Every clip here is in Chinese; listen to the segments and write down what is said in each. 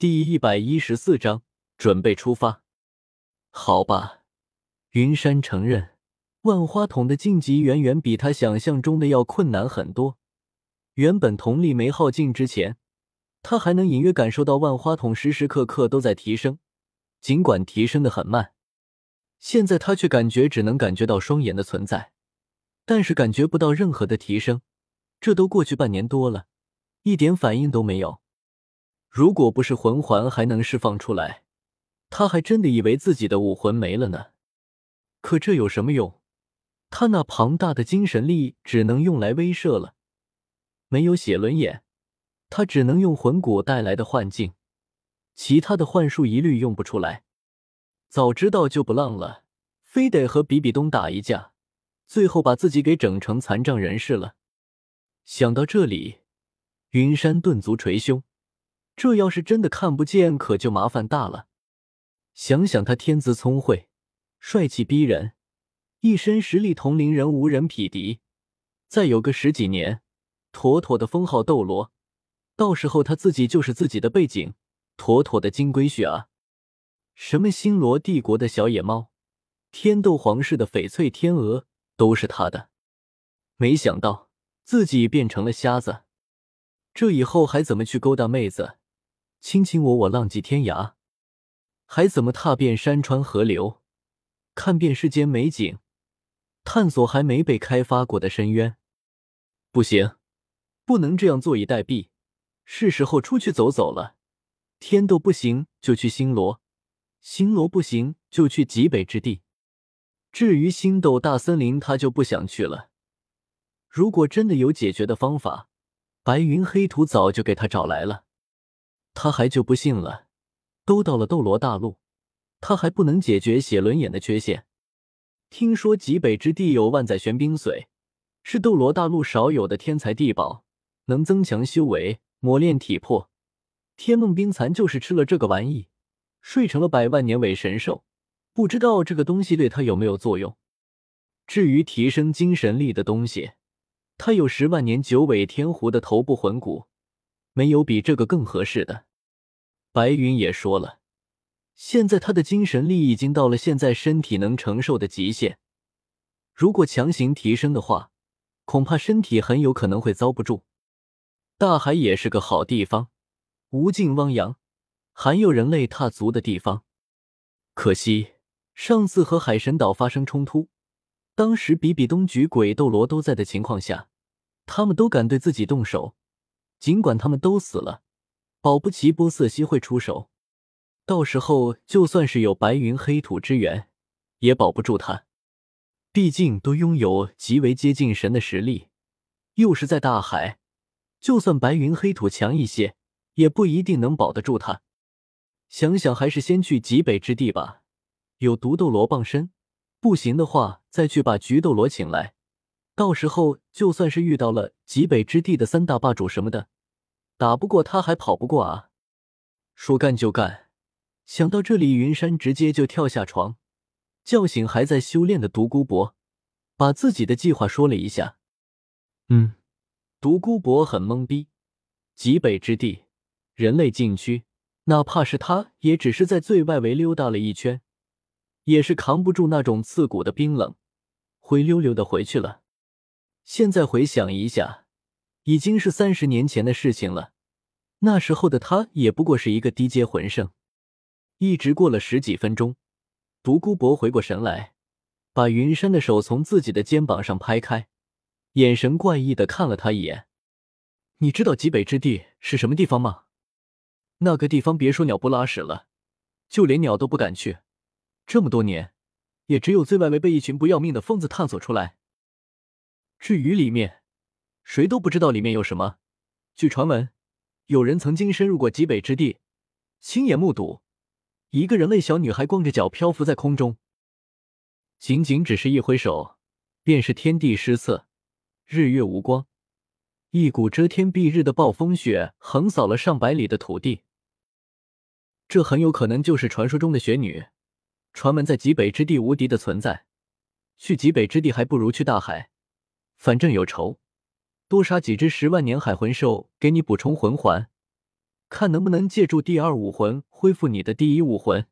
第114章，准备出发。好吧，云山承认，万花筒的晋级远远比他想象中的要困难很多。原本瞳力没耗尽之前，他还能隐约感受到万花筒时时刻刻都在提升，尽管提升得很慢。现在他却只能感觉到双眼的存在，但是感觉不到任何的提升。这都过去半年多了，一点反应都没有。如果不是魂环还能释放出来，他还真的以为自己的武魂没了呢。可这有什么用？他那庞大的精神力只能用来威慑了。没有血轮眼，他只能用魂骨带来的幻境，其他的幻术一律用不出来。早知道就不浪了，非得和比比东打一架，最后把自己给整成残障人士了。想到这里，云山顿足捶胸。这要是真的看不见，可就麻烦大了。想想他天资聪慧，帅气逼人，一身实力同龄人无人匹敌，再有个10几年，妥妥的封号斗罗。到时候他自己就是自己的背景，妥妥的金龟婿啊！什么星罗帝国的小野猫，天斗皇室的翡翠天鹅，都是他的。没想到自己变成了瞎子，这以后还怎么去勾搭妹子？卿卿我我浪迹天涯，还怎么踏遍山川河流，看遍世间美景，探索还没被开发过的深渊？不行，不能这样坐以待毙，是时候出去走走了。天斗不行就去星罗，星罗不行就去极北之地。至于星斗大森林，他就不想去了。如果真的有解决的方法，白云黑土早就给他找来了。他还就不信了，都到了斗罗大陆，他还不能解决血轮眼的缺陷。听说极北之地有万载玄冰髓，是斗罗大陆少有的天材地宝，能增强修为，磨练体魄。天梦冰蚕就是吃了这个玩意，睡成了100万年尾神兽，不知道这个东西对他有没有作用。至于提升精神力的东西，他有10万年九尾天狐的头部魂骨，没有比这个更合适的。白云也说了，现在他的精神力已经到了现在身体能承受的极限，如果强行提升的话，恐怕身体很有可能会遭不住。大海也是个好地方，无尽汪洋，含有人类踏足的地方。可惜上次和海神岛发生冲突，当时比比东举鬼斗罗都在的情况下，他们都敢对自己动手，尽管他们都死了，保不齐波瑟西会出手，到时候就算是有白云黑土之援，也保不住他。毕竟都拥有极为接近神的实力，又是在大海，就算白云黑土强一些，也不一定能保得住他。想想还是先去极北之地吧，有毒斗罗傍身，不行的话再去把菊斗罗请来，到时候就算是遇到了极北之地的3大霸主什么的，打不过他还跑不过啊。说干就干，想到这里，云山直接就跳下床，叫醒还在修炼的独孤博，把自己的计划说了一下。独孤博很懵逼，极北之地，人类禁区，哪怕是他也只是在最外围溜达了一圈，也是扛不住那种刺骨的冰冷，灰溜溜的回去了。现在回想一下，已经是30年前的事情了，那时候的他也不过是一个低阶魂圣。一直过了10几分钟，独孤博回过神来，把云山的手从自己的肩膀上拍开，眼神怪异的看了他一眼。你知道极北之地是什么地方吗？那个地方别说鸟不拉屎了，就连鸟都不敢去，这么多年，也只有最外围被一群不要命的疯子探索出来。至于里面，谁都不知道里面有什么。据传闻，有人曾经深入过极北之地，亲眼目睹一个人类小女孩光着脚漂浮在空中，仅仅只是一挥手，便是天地失色，日月无光，一股遮天蔽日的暴风雪横扫了上百里的土地。这很有可能就是传说中的雪女，传闻在极北之地无敌的存在。去极北之地还不如去大海，反正有仇，多杀几只10万年海魂兽给你补充魂环， 看能不能借助第二武魂恢复你的第一武魂。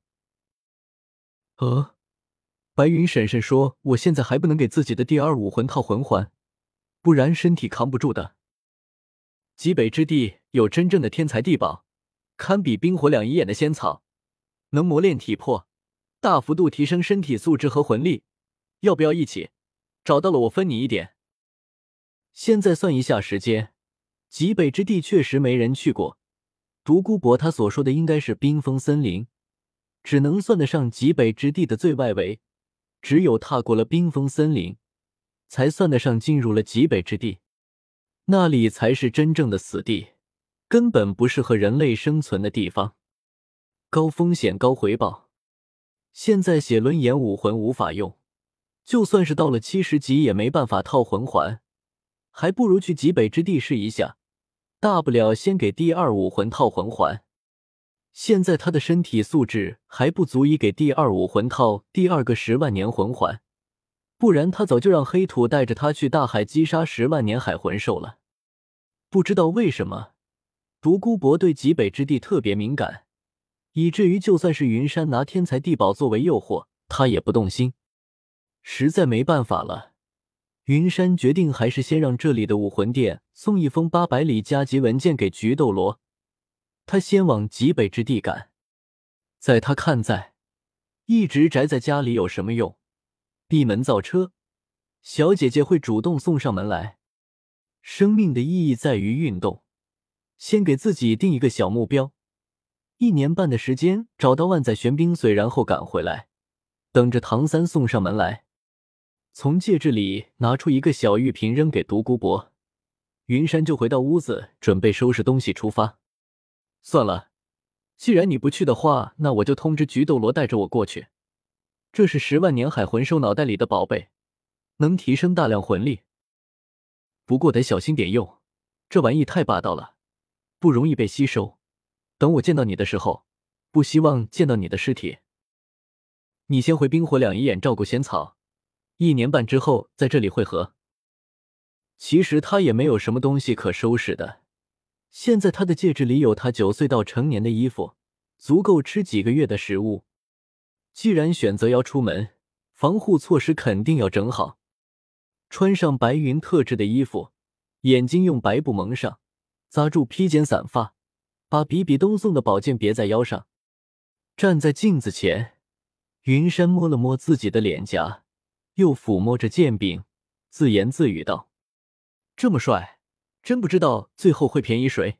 白云婶婶说我现在还不能给自己的第二武魂套魂环，不然身体扛不住的。极北之地有真正的天才地宝，堪比冰火两仪眼的仙草，能磨练体魄，大幅度提升身体素质和魂力，要不要一起？找到了我分你一点。现在算一下时间，极北之地确实没人去过，独孤博他所说的应该是冰封森林，只能算得上极北之地的最外围，只有踏过了冰封森林，才算得上进入了极北之地，那里才是真正的死地，根本不适合人类生存的地方，高风险高回报。现在血轮眼武魂无法用，就算是到了70级也没办法套魂环，还不如去极北之地试一下，大不了先给第二武魂套魂环。现在他的身体素质还不足以给第二武魂套第二个10万年魂环，不然他早就让黑土带着他去大海击杀10万年海魂兽了。不知道为什么，独孤博对极北之地特别敏感，以至于就算是云山拿天才地宝作为诱惑，他也不动心。实在没办法了，云山决定还是先让这里的武魂殿送一封800里加急文件给菊斗罗，他先往极北之地赶。在他看在，一直宅在家里有什么用？闭门造车，小姐姐会主动送上门来。生命的意义在于运动，先给自己定一个小目标，1年半的时间找到万载玄冰髓，然后赶回来，等着唐三送上门来。从戒指里拿出一个小玉瓶扔给独孤博，云山就回到屋子准备收拾东西出发。算了，既然你不去的话，那我就通知菊斗罗带着我过去。这是10万年海魂兽脑袋里的宝贝，能提升大量魂力，不过得小心点用，这玩意太霸道了，不容易被吸收。等我见到你的时候，不希望见到你的尸体。你先回冰火两仪眼照顾仙草，1年半之后在这里会合。其实他也没有什么东西可收拾的，现在他的戒指里有他9岁到成年的衣服，足够吃几个月的食物。既然选择要出门，防护措施肯定要整好。穿上白云特制的衣服，眼睛用白布蒙上，扎住披肩散发，把比比东送的宝剑别在腰上。站在镜子前，云山摸了摸自己的脸颊，又抚摸着剑柄，自言自语道：这么帅，真不知道最后会便宜谁。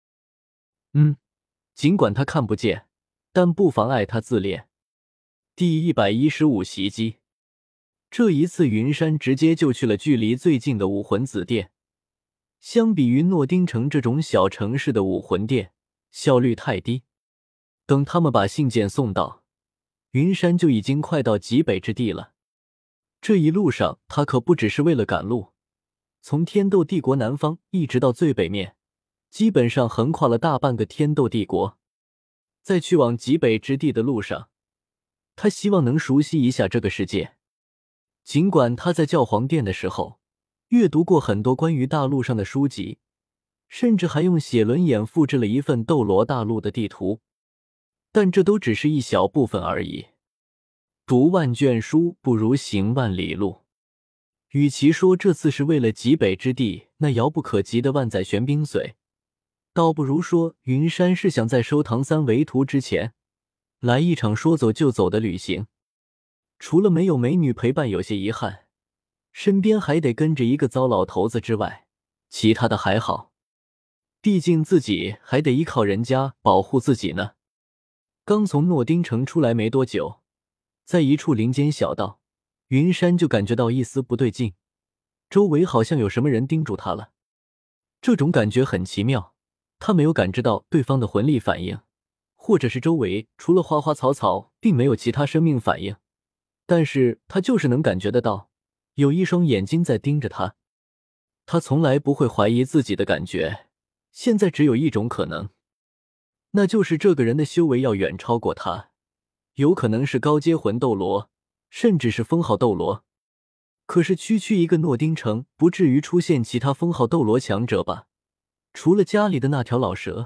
尽管他看不见，但不妨碍他自恋。第115袭击，这一次云山直接就去了距离最近的武魂子殿。相比于诺丁城这种小城市的武魂殿，效率太低。等他们把信件送到，云山就已经快到极北之地了。这一路上他可不只是为了赶路，从天斗帝国南方一直到最北面，基本上横跨了大半个天斗帝国。在去往极北之地的路上，他希望能熟悉一下这个世界。尽管他在教皇殿的时候阅读过很多关于大陆上的书籍，甚至还用写轮眼复制了一份斗罗大陆的地图，但这都只是一小部分而已。读万卷书不如行万里路。与其说这次是为了极北之地那遥不可及的万载玄冰髓，倒不如说云山是想在收唐三为徒之前来一场说走就走的旅行。除了没有美女陪伴有些遗憾，身边还得跟着一个糟老头子之外，其他的还好。毕竟自己还得依靠人家保护自己呢。刚从诺丁城出来没多久，在一处林间小道，云山就感觉到一丝不对劲，周围好像有什么人盯住他了。这种感觉很奇妙，他没有感知到对方的魂力反应，或者是周围除了花花草草并没有其他生命反应，但是他就是能感觉得到有一双眼睛在盯着他。他从来不会怀疑自己的感觉，现在只有一种可能，那就是这个人的修为要远超过他，有可能是高阶魂斗罗，甚至是封号斗罗。可是区区一个诺丁城，不至于出现其他封号斗罗强者吧？除了家里的那条老蛇，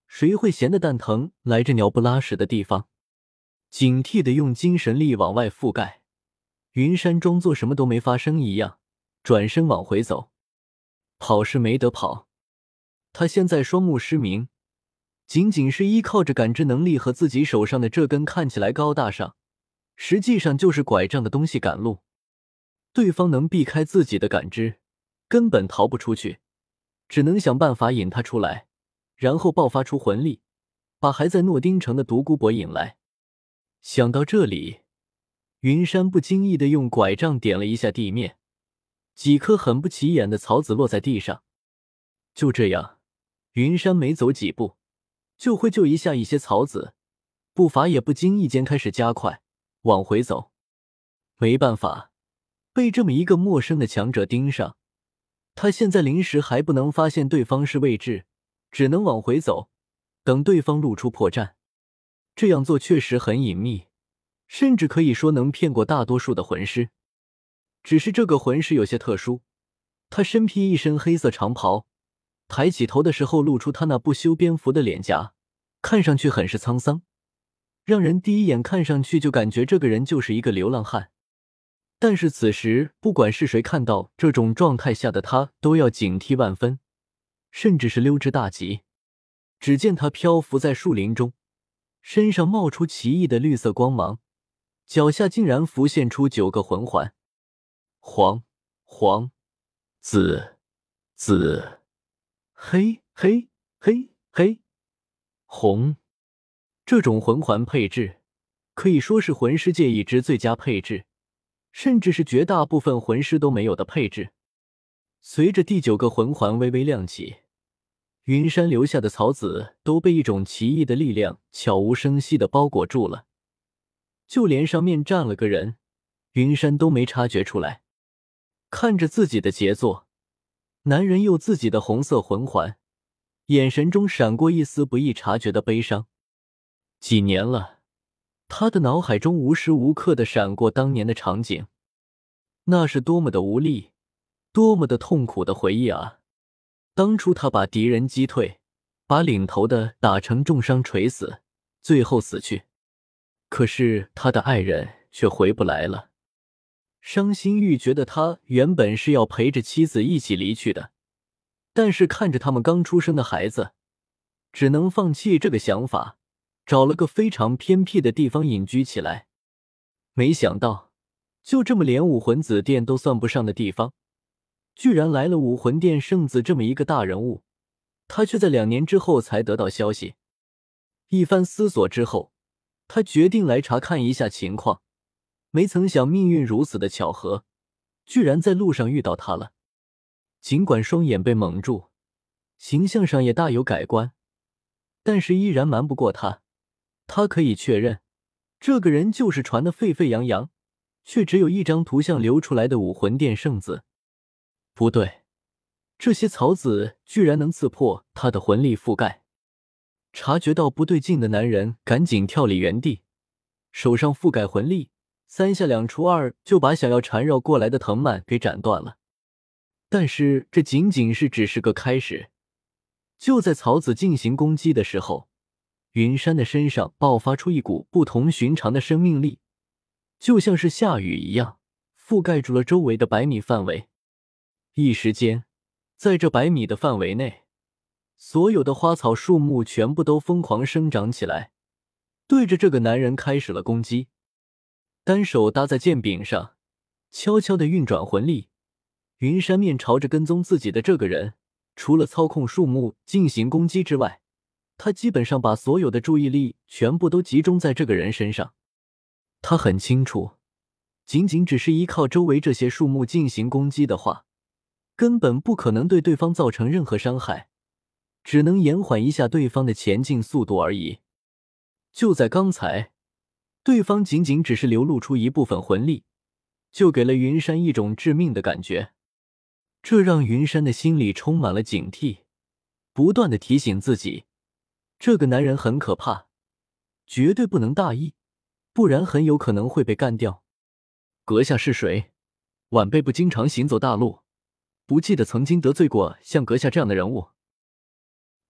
谁会闲得蛋疼来这鸟不拉屎的地方？警惕地用精神力往外覆盖。云山装作什么都没发生一样，转身往回走。跑是没得跑，他现在双目失明，仅仅是依靠着感知能力和自己手上的这根看起来高大上，实际上就是拐杖的东西赶路。对方能避开自己的感知，根本逃不出去，只能想办法引他出来，然后爆发出魂力，把还在诺丁城的独孤博引来。想到这里，云山不经意地用拐杖点了一下地面，几颗很不起眼的草籽落在地上。就这样，云山每走几步就会救一下一些草籽，步伐也不经意间开始加快，往回走。没办法，被这么一个陌生的强者盯上，他现在临时还不能发现对方是位置，只能往回走，等对方露出破绽。这样做确实很隐秘，甚至可以说能骗过大多数的魂师。只是这个魂师有些特殊，他身披一身黑色长袍，抬起头的时候露出他那不修边幅的脸颊，看上去很是沧桑，让人第一眼看上去就感觉这个人就是一个流浪汉。但是此时不管是谁看到这种状态下的他，都要警惕万分，甚至是溜之大吉。只见他漂浮在树林中，身上冒出奇异的绿色光芒，脚下竟然浮现出9个魂环，黄、黄、紫、紫、黑、黑、黑、黑、红。这种魂环配置可以说是魂师界已知最佳配置，甚至是绝大部分魂师都没有的配置。随着第9个魂环微微亮起，云山留下的草籽都被一种奇异的力量悄无声息地包裹住了，就连上面站了个人，云山都没察觉出来。看着自己的杰作，男人有自己的红色魂环，眼神中闪过一丝不易察觉的悲伤。几年了，他的脑海中无时无刻地闪过当年的场景，那是多么的无力，多么的痛苦的回忆啊！当初他把敌人击退，把领头的打成重伤垂死，最后死去。可是他的爱人却回不来了。伤心欲绝的他原本是要陪着妻子一起离去的，但是看着他们刚出生的孩子，只能放弃这个想法，找了个非常偏僻的地方隐居起来。没想到，就这么连武魂子殿都算不上的地方，居然来了武魂殿圣子这么一个大人物，他却在2年之后才得到消息。一番思索之后，他决定来查看一下情况。没曾想命运如此的巧合，居然在路上遇到他了。尽管双眼被蒙住，形象上也大有改观，但是依然瞒不过他。他可以确认，这个人就是传得沸沸扬扬，却只有一张图像流出来的武魂殿圣子。不对，这些草籽居然能刺破他的魂力覆盖。察觉到不对劲的男人赶紧跳离原地，手上覆盖魂力，3下2除2就把想要缠绕过来的藤蔓给斩断了。但是这仅仅只是个开始。就在草籽进行攻击的时候，云山的身上爆发出一股不同寻常的生命力，就像是下雨一样，覆盖住了周围的100米范围。一时间，在这100米的范围内，所有的花草树木全部都疯狂生长起来，对着这个男人开始了攻击。单手搭在剑柄上，悄悄地运转魂力，云山面朝着跟踪自己的这个人，除了操控树木进行攻击之外，他基本上把所有的注意力全部都集中在这个人身上。他很清楚，仅仅只是依靠周围这些树木进行攻击的话，根本不可能对对方造成任何伤害，只能延缓一下对方的前进速度而已。就在刚才，对方仅仅只是流露出一部分魂力，就给了云山一种致命的感觉。这让云山的心里充满了警惕，不断地提醒自己，这个男人很可怕，绝对不能大意，不然很有可能会被干掉。阁下是谁？晚辈不经常行走大路，不记得曾经得罪过像阁下这样的人物。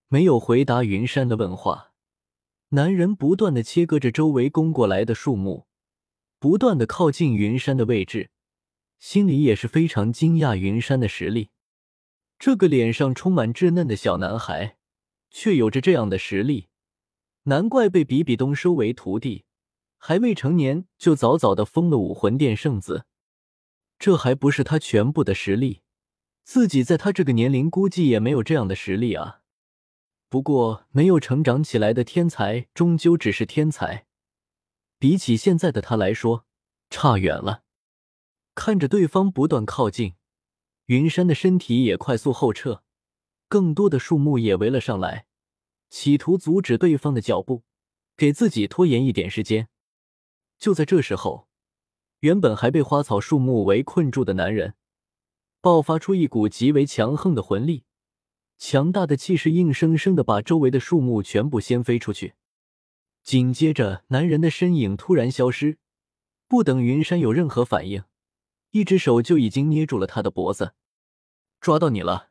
没有回答云山的问话。男人不断地切割着周围攻过来的树木，不断地靠近云山的位置，心里也是非常惊讶云山的实力。这个脸上充满稚嫩的小男孩，却有着这样的实力，难怪被比比东收为徒弟，还未成年就早早地封了武魂殿圣子。这还不是他全部的实力，自己在他这个年龄估计也没有这样的实力啊。不过没有成长起来的天才终究只是天才，比起现在的他来说，差远了。看着对方不断靠近，云山的身体也快速后撤，更多的树木也围了上来，企图阻止对方的脚步，给自己拖延一点时间。就在这时候，原本还被花草树木围困住的男人爆发出一股极为强横的魂力，强大的气势硬生生地把周围的树木全部掀飞出去。紧接着，男人的身影突然消失，不等云山有任何反应，一只手就已经捏住了他的脖子。抓到你了。